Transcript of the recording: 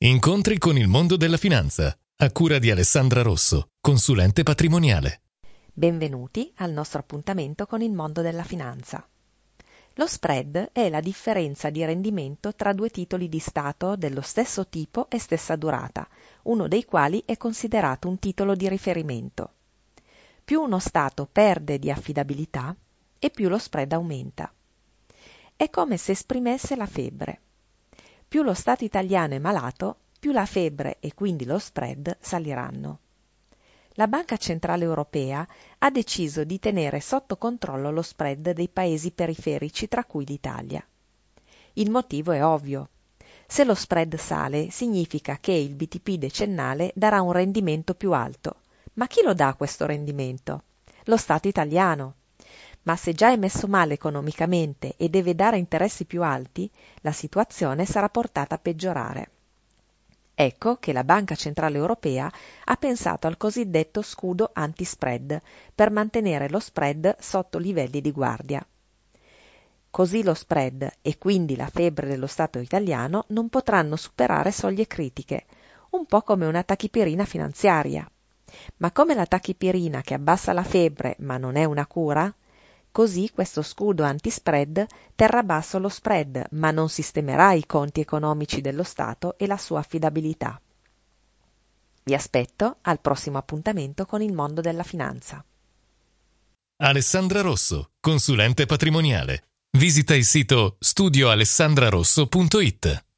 Incontri con il mondo della finanza, a cura di Alessandra Rosso, consulente patrimoniale. Benvenuti al nostro appuntamento con il mondo della finanza. Lo spread è la differenza di rendimento tra due titoli di Stato dello stesso tipo e stessa durata, uno dei quali è considerato un titolo di riferimento. Più uno Stato perde di affidabilità e più lo spread aumenta. È come se esprimesse la febbre. Più lo Stato italiano è malato, più la febbre e quindi lo spread saliranno. La Banca Centrale Europea ha deciso di tenere sotto controllo lo spread dei paesi periferici, tra cui l'Italia. Il motivo è ovvio. Se lo spread sale, significa che il BTP decennale darà un rendimento più alto. Ma chi lo dà questo rendimento? Lo Stato italiano. Ma se già è messo male economicamente e deve dare interessi più alti, la situazione sarà portata a peggiorare. Ecco che la Banca Centrale Europea ha pensato al cosiddetto scudo anti-spread per mantenere lo spread sotto livelli di guardia. Così lo spread e quindi la febbre dello Stato italiano non potranno superare soglie critiche, un po' come una tachipirina finanziaria. Ma come la tachipirina che abbassa la febbre ma non è una cura? Così questo scudo anti-spread terrà basso lo spread, ma non sistemerà i conti economici dello Stato e la sua affidabilità. Vi aspetto al prossimo appuntamento con il mondo della finanza. Alessandra Rosso, consulente patrimoniale. Visita il sito studioalessandrarosso.it.